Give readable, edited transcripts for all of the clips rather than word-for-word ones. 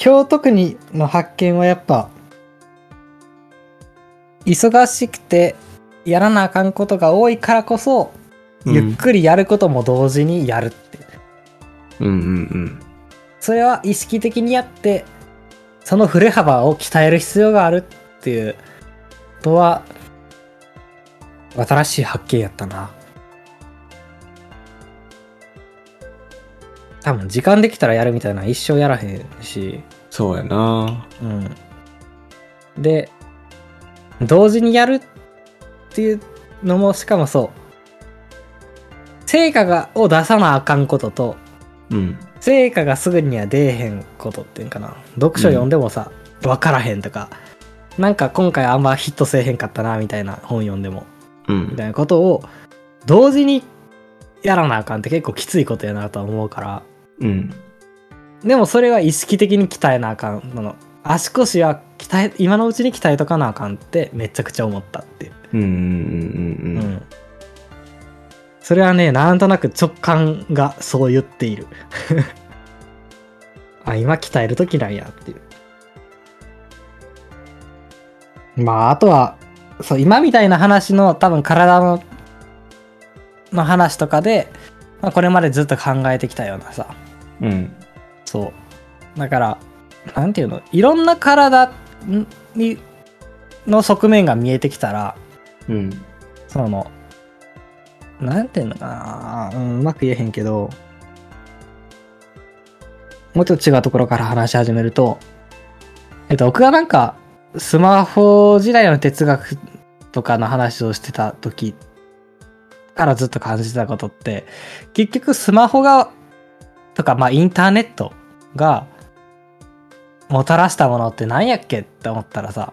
京都国の発見はやっぱ忙しくてやらなあかんことが多いからこそ、ゆっくりやることも同時にやるって、それは意識的にやってその振れ幅を鍛える必要があるっていうことは新しい発見やったな。多分時間できたらやるみたいな一生やらへんし。 そうやな。 で同時にやるっていうのも、しかもそう成果を出さなあかんことと、成果がすぐには出えへんことっていうかな。読書読んでもさ、分からへんとか、なんか今回あんまヒットせえへんかったなみたいな本読んでも、みたいなことを同時にやらなあかんって結構きついことやなとは思うから、でもそれは意識的に鍛えなあかんの。足腰は今のうちに鍛えとかなあかんってめちゃくちゃ思ったっていう。それはね、なんとなく直感がそう言っている。あ、今鍛える時なんやっていう。まああとはそう今みたいな話の多分体の話とかで、まあ、これまでずっと考えてきたようなさ、そうだからなんていうの、いろんな体の側面が見えてきたら、そのなんていうのかな、うまく言えへんけど、もうちょっと違うところから話し始めると、僕がなんかスマホ時代の哲学とかの話をしてた時からずっと感じてたことって、結局スマホがとか、まあインターネットがもたらしたものって何やっけって思ったらさ、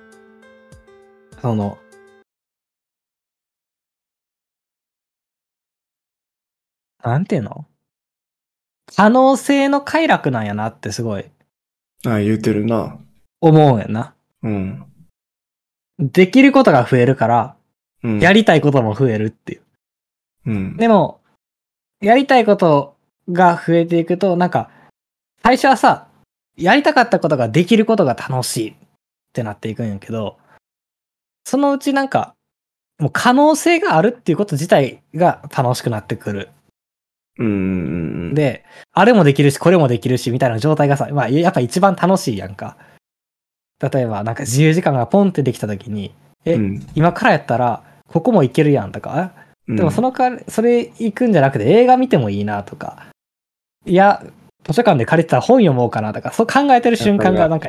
なんていうの、可能性の快楽なんやなってすごい言うてるな。 思うんやな。できることが増えるから、やりたいことも増えるっていう。でもやりたいことが増えていくと、なんか最初はさ、やりたかったことができることが楽しいってなっていくんやけど、そのうちなんかもう可能性があるっていうこと自体が楽しくなってくる。で、あれもできるしこれもできるしみたいな状態がさ、まあやっぱ一番楽しいやんか。例えばなんか自由時間がポンってできた時に、今からやったらここも行けるやんとか、でもそれ行くんじゃなくて映画見てもいいなとか、いや図書館で借りてたら本読もうかなとか、そう考えてる瞬間がなんか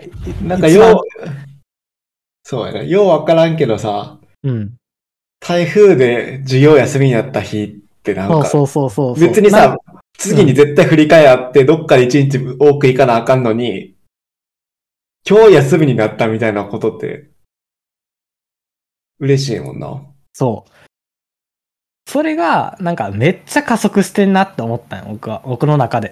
そうやな、ようわからんけどさ、台風で授業休みになった日ってなんか、別にさ、次に絶対振り替えあって、どっかで一日多く行かなあかんのに、今日休みになったみたいなことって、嬉しいもんな。 そう。それが、なんかめっちゃ加速してんなって思ったんよ、僕の中で。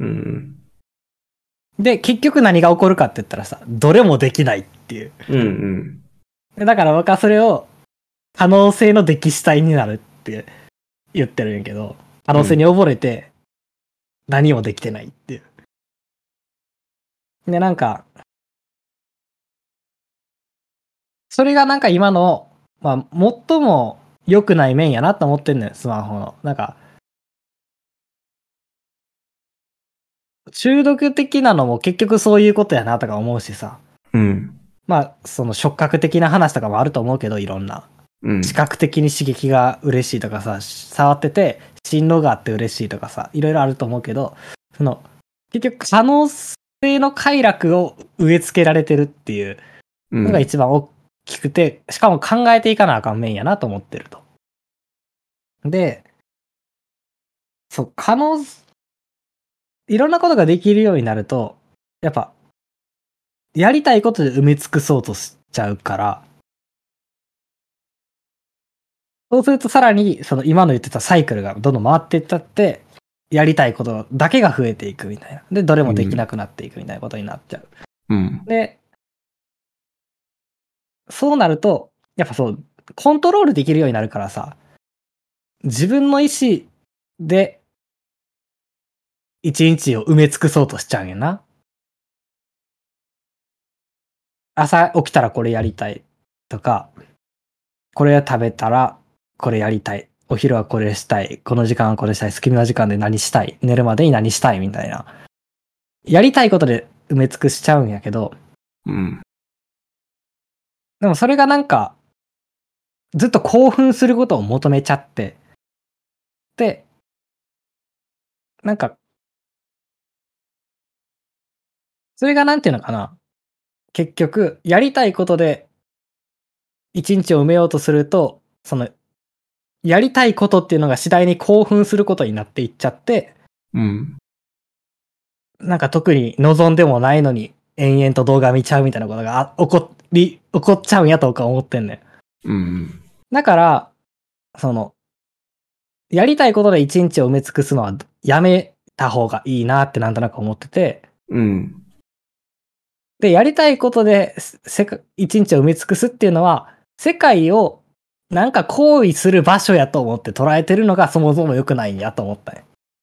で、結局何が起こるかって言ったらさ、どれもできないっていう。だから僕はそれを、可能性の溺死体になるって言ってるんやけど、可能性に溺れて、何もできてないっていう。で、なんか、それがなんか今の、まあ、最も良くない面やなと思ってんのよ、スマホの。なんか、中毒的なのも結局そういうことやなとか思うしさ。まあ、その触覚的な話とかもあると思うけど、いろんな。視覚的に刺激が嬉しいとかさ、触ってて、振動があって嬉しいとかさ、いろいろあると思うけど、結局可能性の快楽を植え付けられてるっていうのが一番大きくて、しかも考えていかなあかん面やなと思ってると。で、そう、いろんなことができるようになると、やっぱ、やりたいことで埋め尽くそうとしちゃうから、そうするとさらに、その今の言ってたサイクルがどんどん回っていったって、やりたいことだけが増えていくみたいな。で、どれもできなくなっていくみたいなことになっちゃう。で、そうなると、やっぱそう、コントロールできるようになるからさ、自分の意思で、一日を埋め尽くそうとしちゃうんやな。 朝起きたらこれやりたいとか、これ食べたらこれやりたい。お昼はこれしたい。この時間はこれしたい。好きな時間で何したい。寝るまでに何したいみたいな。やりたいことで埋め尽くしちゃうんやけど。 うん。 でもそれがなんか、ずっと興奮することを求めちゃって。で、なんか、それがなんていうのかな。結局、やりたいことで一日を埋めようとすると、その、やりたいことっていうのが次第に興奮することになっていっちゃって、 うん。 なんか特に望んでもないのに延々と動画見ちゃうみたいなことが起こっちゃうんやとか思ってんねん。うん。 だから、その、やりたいことで一日を埋め尽くすのはやめた方がいいなってなんとなく思ってて、 うん。 で、やりたいことで一日を埋め尽くすっていうのは、世界をなんか行為する場所やと思って捉えてるのがそもそも良くないんやと思ったね。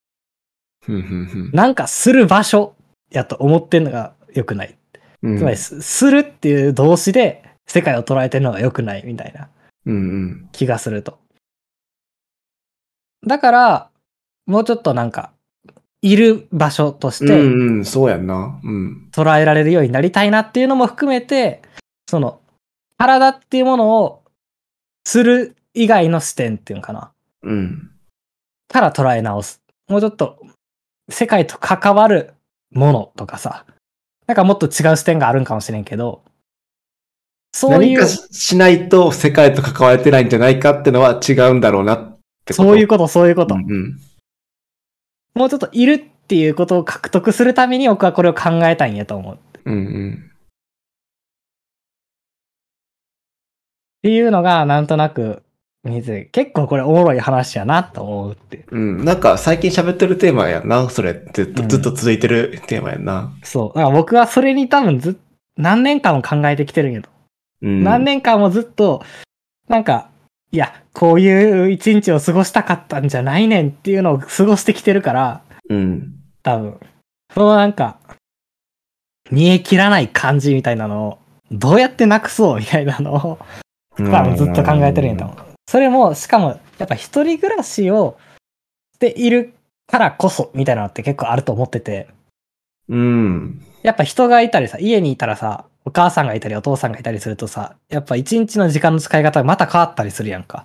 なんかする場所やと思ってんのが良くない。つまり、するっていう動詞で世界を捉えてるのが良くないみたいな気がすると。だから、もうちょっとなんか、いる場所として、 そうやんな。 捉えられるようになりたいなっていうのも含めて、その、体っていうものをする以外の視点っていうのかな。から捉え直す。もうちょっと、世界と関わるものとかさ、なんかもっと違う視点があるんかもしれんけど、 そういう。何かしないと世界と関われてないんじゃないかってのは違うんだろうなってこと。 そういうこと、そういうこと。もうちょっといるっていうことを獲得するために僕はこれを考えたいんやと思う。っていうのがなんとなく見て、結構これおもろい話やなと思うって。 なんか最近喋ってるテーマやな、それ。ずっと続いてるテーマやな。 そう。だから僕はそれに多分何年間も考えてきてるんやと。何年間もずっと、なんか、いや、こういう一日を過ごしたかったんじゃないねんっていうのを過ごしてきてるから、多分、そのなんか、煮え切らない感じみたいなのを、どうやってなくそうみたいなのを、多分ずっと考えてるんやと思う。それも、しかも、やっぱ一人暮らしをしているからこそ、みたいなのって結構あると思ってて。やっぱ人がいたりさ、家にいたらさ、お母さんがいたりお父さんがいたりするとさ、やっぱ一日の時間の使い方がまた変わったりするやんか。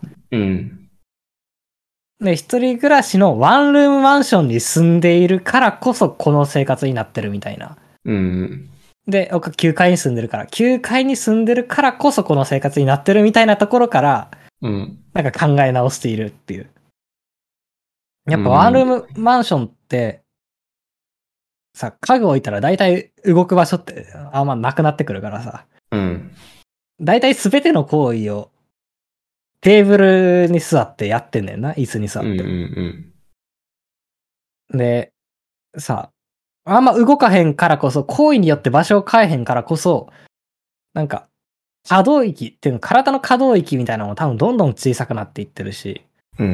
で、一人暮らしのワンルームマンションに住んでいるからこそこの生活になってるみたいな。で、僕は9階に住んでるから、9階に住んでるからこそこの生活になってるみたいなところから、なんか考え直しているっていう。やっぱワンルームマンションって、さ、家具置いたら大体動く場所ってあんまなくなってくるからさ。大体すべての行為をテーブルに座ってやってんねんな、椅子に座って。で、さ、あんま動かへんからこそ、行為によって場所を変えへんからこそ、なんか、可動域っていうの、体の可動域みたいなのも多分どんどん小さくなっていってるし。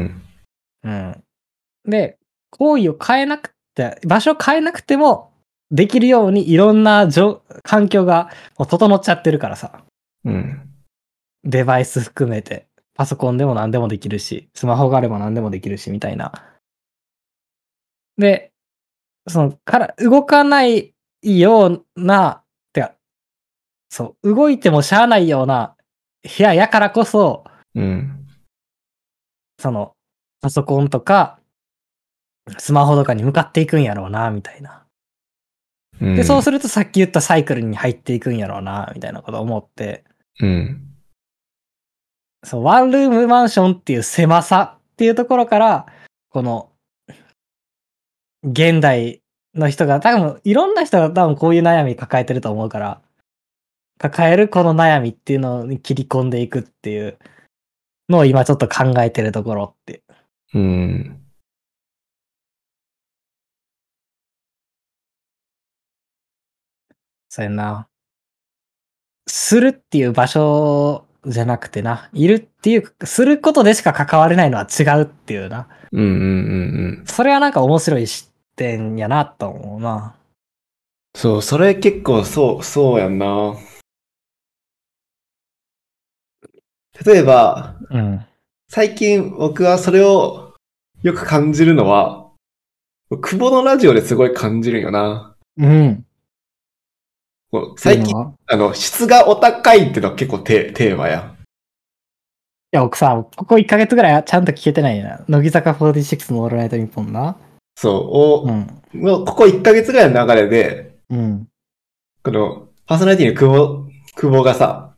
で、行為を変えなくて、場所を変えなくても、できるようにいろんな環境が整っちゃってるからさ。デバイス含めて、パソコンでも何でもできるし、スマホがあれば何でもできるし、みたいな。で、動かないような、そう、動いてもしゃあないような部屋やからこそ、パソコンとか、スマホとかに向かっていくんやろうな、みたいな。で、そうするとさっき言ったサイクルに入っていくんやろうな、みたいなことを思って。そう、ワンルームマンションっていう狭さっていうところから、この、現代の人が、多分、いろんな人が多分こういう悩み抱えてると思うから、抱えるこの悩みっていうのに切り込んでいくっていうのを今ちょっと考えてるところって。そうやな。するっていう場所じゃなくてな、いるっていう、することでしか関われないのは違うっていうな。それはなんか面白い視点やなと思うな。 そう、それ結構そうやんな。 例えば、最近僕はそれをよく感じるのは、久保のラジオですごい感じるよな。最近、質がお高いってのは結構テーマや。 いや、僕さ、ここ1ヶ月ぐらいちゃんと聞けてないな。乃木坂46のオールナイトニッポンな。 そう、もうここ1ヶ月ぐらいの流れで、この、パーソナリティの久保がさ、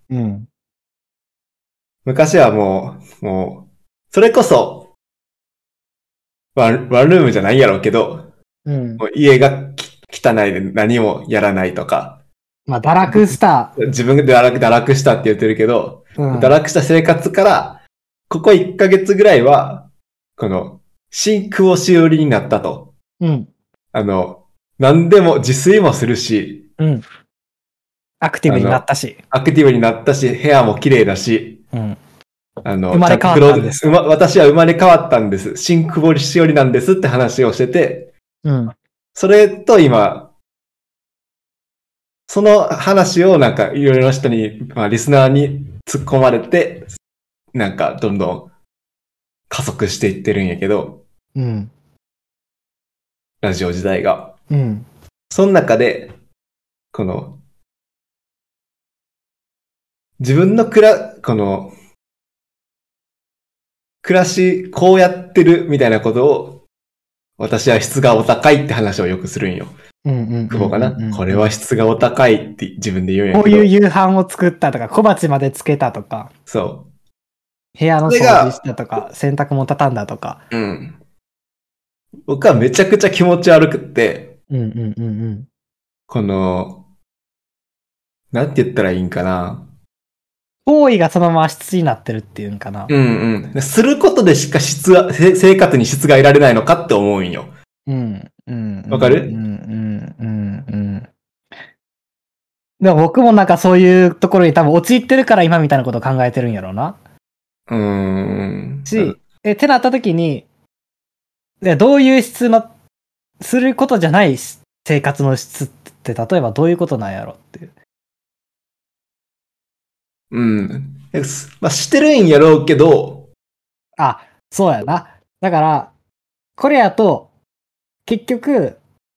昔はもう、それこそ、ワンルームじゃないやろうけど、もう家が汚いで何もやらないとか。 まあ、堕落した。 自分で堕落したって言ってるけど、堕落した生活から、ここ1ヶ月ぐらいは、この、新久保しおりになったと。何でも自炊もするし、 アクティブになったし。 部屋も綺麗だし、 生まれ変わったんです。 私は生まれ変わったんです。新久保しおりなんですって話をしてて、それと今、その話をなんかいろいろな人に、リスナーに突っ込まれて、なんかどんどん加速していってるんやけど、ラジオ時代が。その中で、この、自分のこの、暮らし、こうやってるみたいなことを、私は質がお高いって話をよくするんよ。久保かな。これは質がお高いって自分で言うんやけど。 こういう夕飯を作ったとか、小鉢までつけたとか。 そう。 部屋の掃除したとか、洗濯も畳んだとか。 僕はめちゃくちゃ気持ち悪くって、この、なんて言ったらいいんかな。 行為がそのまま質になってるっていうんかな。 することでしか生活に質が得られないのかって思うんよ。わかる？ でも僕もなんかそういうところに多分陥ってるから今みたいなことを考えてるんやろうな。ってなった時に、どういう質の、することじゃない生活の質って例えばどういうことなんやろっていう。 してるんやろうけど。 あ、そうやな。だから、これやと、結局、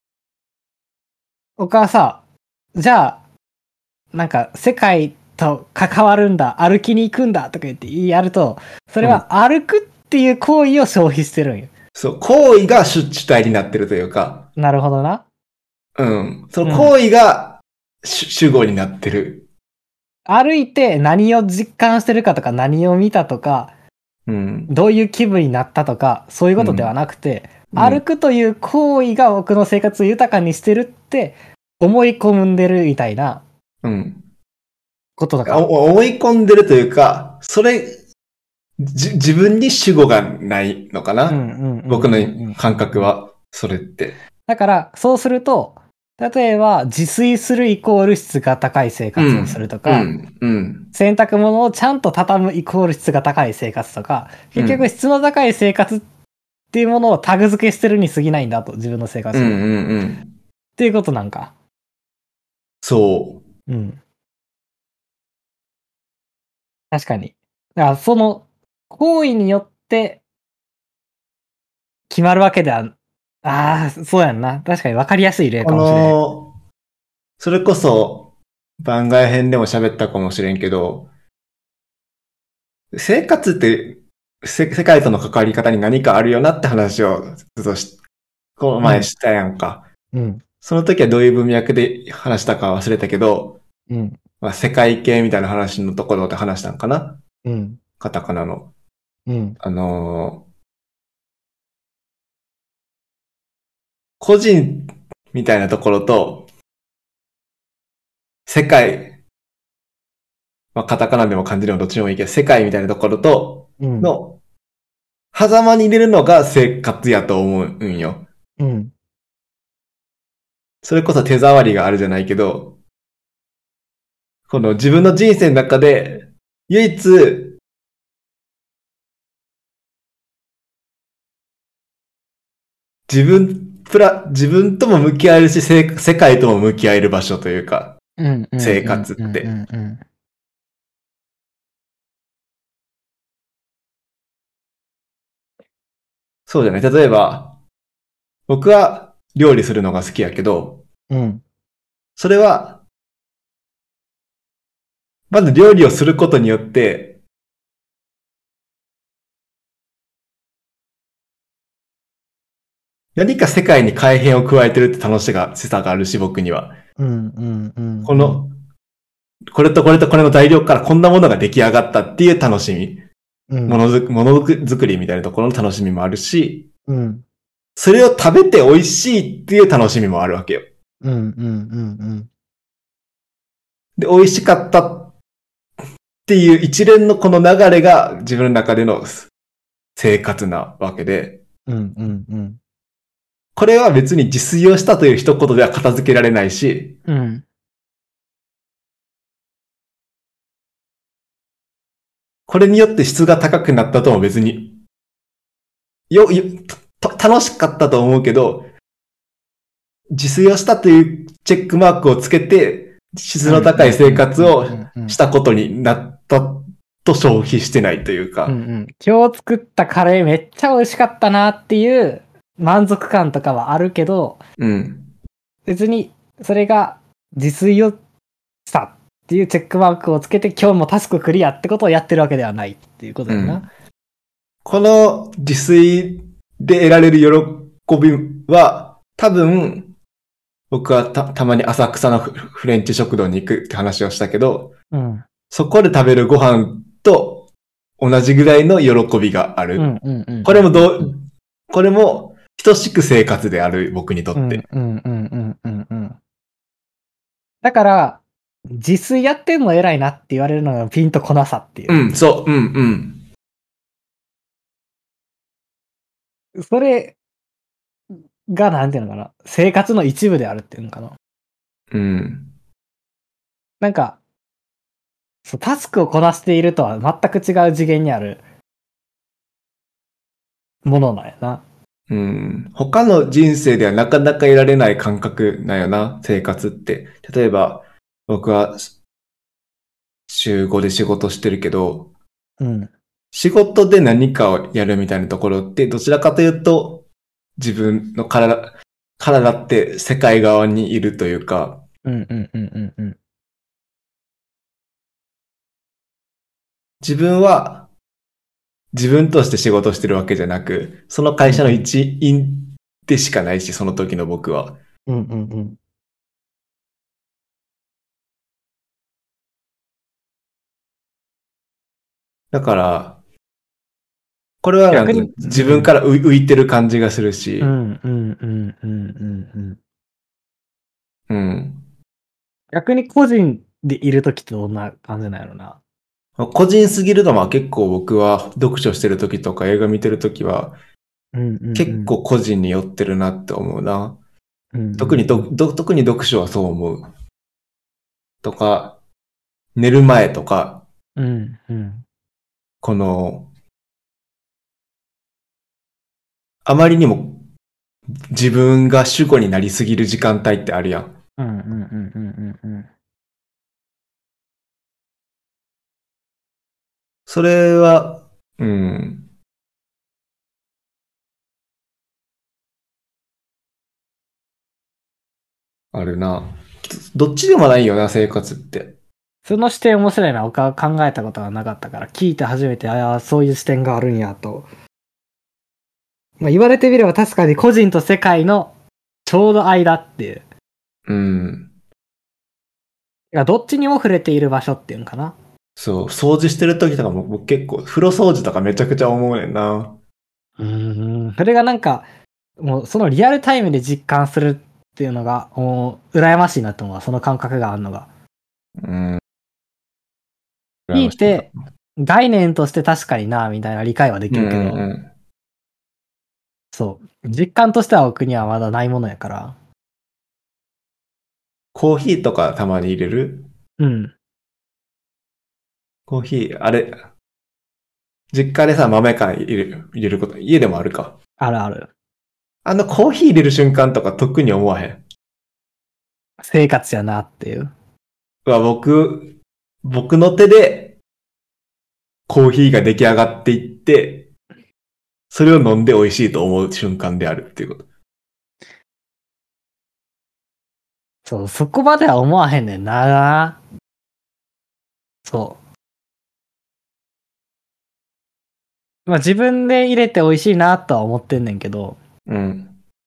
僕はさ、じゃあ、なんか世界と関わるんだ、歩きに行くんだとか言ってやると、それは歩くっていう行為を消費してるんよ。 そう、行為が主体になってるというか。 なるほどな。 その行為が主語になってる。 歩いて何を実感してるかとか何を見たとか、どういう気分になったとか、そういうことではなくて、歩くという行為が僕の生活を豊かにしてるって思い込んでるみたいなことだから。 思い込んでるというか、それ、自分に主語がないのかな。僕の感覚は、それって。 だから、そうすると、例えば、自炊するイコール質が高い生活をするとか、洗濯物をちゃんと畳むイコール質が高い生活とか、結局質の高い生活っていうものをタグ付けしてるに過ぎないんだと、自分の生活を。っていうことなんか。 そう。 確かに。だからその行為によって決まるわけでは、そうやんな。確かに分かりやすい例かもしれない。 それこそ番外編でも喋ったかもしれんけど、生活って世界との関わり方に何かあるよなって話をこの前したやんか。その時はどういう文脈で話したか忘れたけど、世界系みたいな話のところで話したんかな。カタカナの。個人みたいなところと、世界、カタカナでも漢字でもどっちでもいいけど、世界みたいなところとの、狭間に入れるのが生活やと思うんよ。それこそ手触りがあるじゃないけど、この自分の人生の中で、唯一、自分とも向き合えるし、世界とも向き合える場所というか、生活って。 そうじゃない。例えば、僕は料理するのが好きやけど、 うん。 それは、まず料理をすることによって、何か世界に改変を加えてるって楽しさがあるし、僕には。この、これとこれとこれの材料からこんなものが出来上がったっていう楽しみ。ものづくりみたいなところの楽しみもあるし、それを食べて美味しいっていう楽しみもあるわけよ。で、美味しかったっていう一連のこの流れが自分の中での生活なわけで、これは別に自炊をしたという一言では片付けられないし、これによって質が高くなったとも別に、楽しかったと思うけど、自炊をしたというチェックマークをつけて、質の高い生活をしたことになったと消費してないというか。 今日作ったカレーめっちゃ美味しかったなっていう満足感とかはあるけど、別にそれが自炊をしたっていうチェックマークをつけて今日もタスククリアってことをやってるわけではないっていうことだよな。 この自炊で得られる喜びは多分、僕はたまに浅草のフレンチ食堂に行くって話をしたけど、そこで食べるご飯と同じぐらいの喜びがある。これも等しく生活である僕にとって。 だから、自炊やってんの偉いなって言われるのがピンとこなさっていう。 そう、 それがなんていうのかな。生活の一部であるっていうのかな。なんか、タスクをこなしているとは全く違う次元にあるものなんやな。 他の人生ではなかなか得られない感覚なんよな、生活って。例えば、僕は週5で仕事してるけど、仕事で何かをやるみたいなところって、どちらかというと、自分の体って世界側にいるというか、自分は自分として仕事してるわけじゃなく、その会社の一員でしかないし、その時の僕は。だから、これはなんか自分から浮いてる感じがするし。 逆に個人でいるときってどんな感じなんやろな。 個人すぎるのは結構僕は読書してるときとか映画見てるときは、結構個人に寄ってるなって思うな。特に読書はそう思う。とか、寝る前とか、この、あまりにも自分が主語になりすぎる時間帯ってあるやん。それは、あるな。どっちでもないよな、生活って。 その視点面白いな。僕は考えたことがなかったから、聞いて初めて、そういう視点があるんやと。まあ、言われてみれば確かに個人と世界のちょうど間っていう。どっちにも触れている場所っていうのかな。 そう、掃除してる時とかも僕結構、風呂掃除とかめちゃくちゃ思うねんな。 それがなんか、もうそのリアルタイムで実感するっていうのが、もう羨ましいなと思う。その感覚があるのが。聞いて、概念として確かにな、みたいな理解はできるけど、そう。実感としては僕にはまだないものやから。 コーヒーとかたまに入れる？コーヒー、あれ、実家でさ、豆から入れること、家でもあるか。 あるある。 コーヒー入れる瞬間とか特に思わへん。 生活やなっていう。 僕の手でコーヒーが出来上がっていって、 それを飲んで美味しいと思う瞬間であるっていうこと。 そう、そこまでは思わへんねんな。そう。まあ自分で入れて美味しいなとは思ってんねんけど、 うん。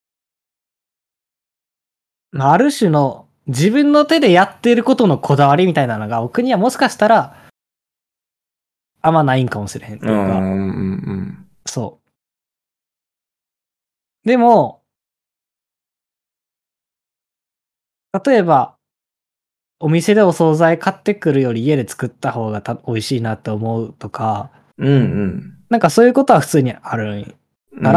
ある種の自分の手でやっていることのこだわりみたいなのが僕にはもしかしたらあんまないんかもしれへんっていうか、そう。でも、例えば、お店でお惣菜買ってくるより家で作った方が美味しいなって思うとか、なんかそういうことは普通にあるから、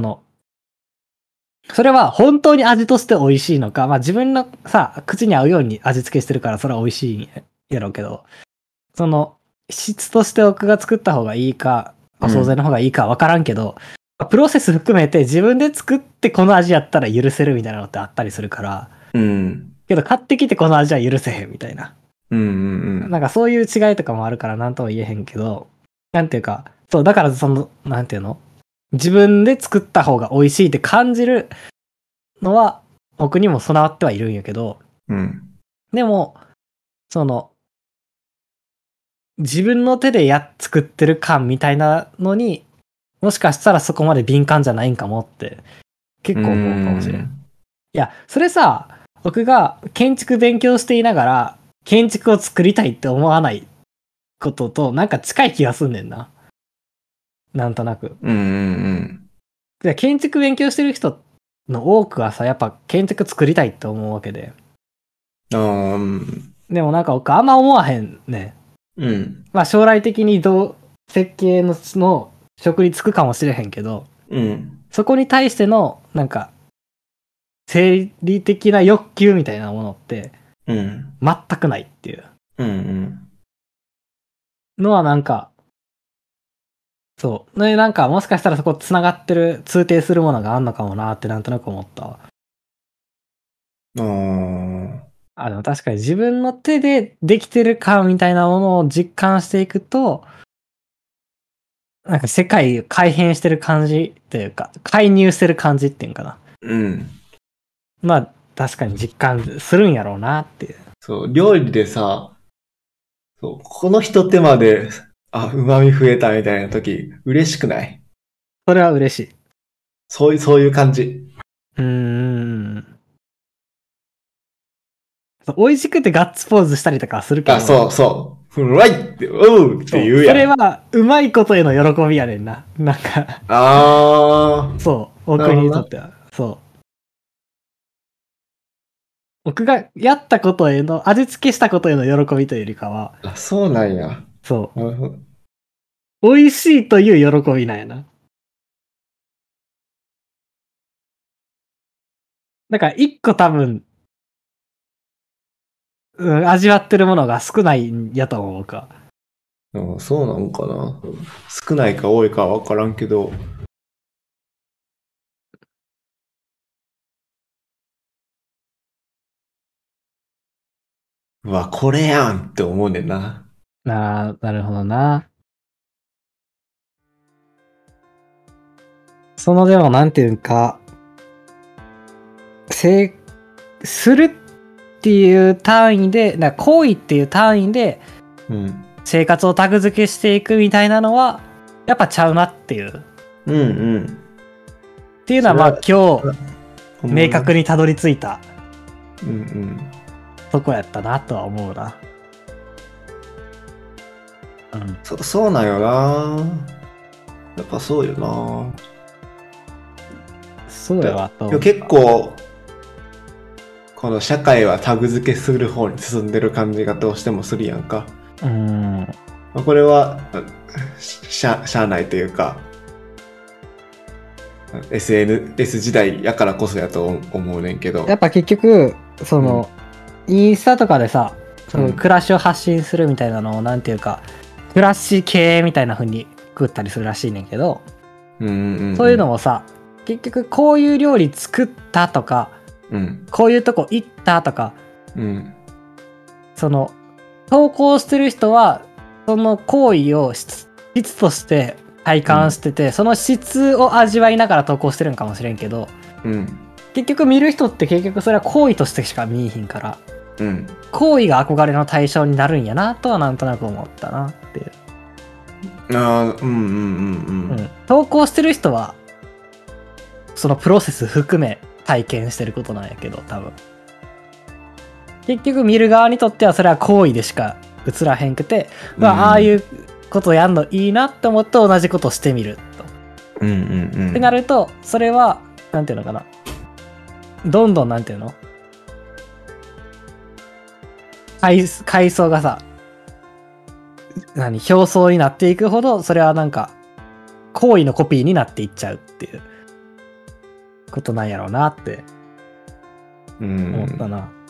それは本当に味として美味しいのか、まあ自分のさ、口に合うように味付けしてるからそれは美味しいんやろうけど、質として僕が作った方がいいか、お惣菜の方がいいか分からんけど、プロセス含めて自分で作ってこの味やったら許せるみたいなのってあったりするから、けど買ってきてこの味は許せへんみたいな。なんかそういう違いとかもあるから何とも言えへんけど、なんていうか、そう、だからなんていうの？自分で作った方が美味しいって感じるのは僕にも備わってはいるんやけど、でも、自分の手で作ってる感みたいなのに、もしかしたらそこまで敏感じゃないんかもって結構思うかもしれん。いや、それさ、僕が建築勉強していながら建築を作りたいって思わないこととなんか近い気がすんねんな。なんとなく。建築勉強してる人の多くはさ、やっぱ建築作りたいって思うわけで。でもなんか僕あんま思わへんね。まあ将来的に設計の職に就くかもしれへんけど、そこに対してのなんか生理的な欲求みたいなものって全くないっていうのはなんか、そうね、なんかもしかしたらそこ繋がってる通底するものがあんのかもなってなんとなく思った。でも確かに自分の手でできてる感みたいなものを実感していくと、なんか世界改変してる感じというか、介入してる感じっていうんかな。まあ、確かに実感するんやろうなっていう。 そう、料理でさ、そう、この一手間で、旨味増えたみたいな時、嬉しくない？ それは嬉しい。 そういう感じ。 美味しくてガッツポーズしたりとかするけど。 そう。うまいって、おうって言うやん。 それは、うまいことへの喜びやねんな。なんかそう。僕にとっては。そう。僕がやったことへの、味付けしたことへの喜びというよりかは。 そうなんや。 そう。美味しいという喜びなんやな。だから一個多分、味わってるものが少ないんやと思う、僕は。 そうなんかな。少ないか多いかは分からんけど。うわ、これやんって思うねんな。 なるほどな。でもなんていうか、するっていう単位で、行為っていう単位で、生活をタグ付けしていくみたいなのは、やっぱちゃうなっていう。っていうのはまあ今日、明確にたどり着いた。そこやったなとは思うな。 そうなんよな。やっぱそうよな。 そうやわと。 結構、この社会はタグ付けする方に進んでる感じがどうしてもするやんか。これはしゃあないというか、SNS 時代やからこそやと思うねんけど。 やっぱ結局、インスタとかでさ、暮らしを発信するみたいなのを、なんていうか、暮らし系みたいな風に食ったりするらしいねんけど、そういうのもさ、結局こういう料理作ったとか、こういうとこ行ったとか、投稿してる人はその行為を質として体感してて、その質を味わいながら投稿してるんかもしれんけど、結局見る人って結局それは行為としてしか見えひんから、行為が憧れの対象になるんやなとはなんとなく思ったなっていう。投稿してる人はそのプロセス含め体験してることなんやけど、多分結局見る側にとってはそれは行為でしか映らへんくて、ああいうことやんのいいなって思って同じことしてみると、ってなると、それはなんていうのかな、どんどんなんていうの、階層がさ、表層になっていくほど、それはなんか行為のコピーになっていっちゃうっていうことなんやろうなって思ったな。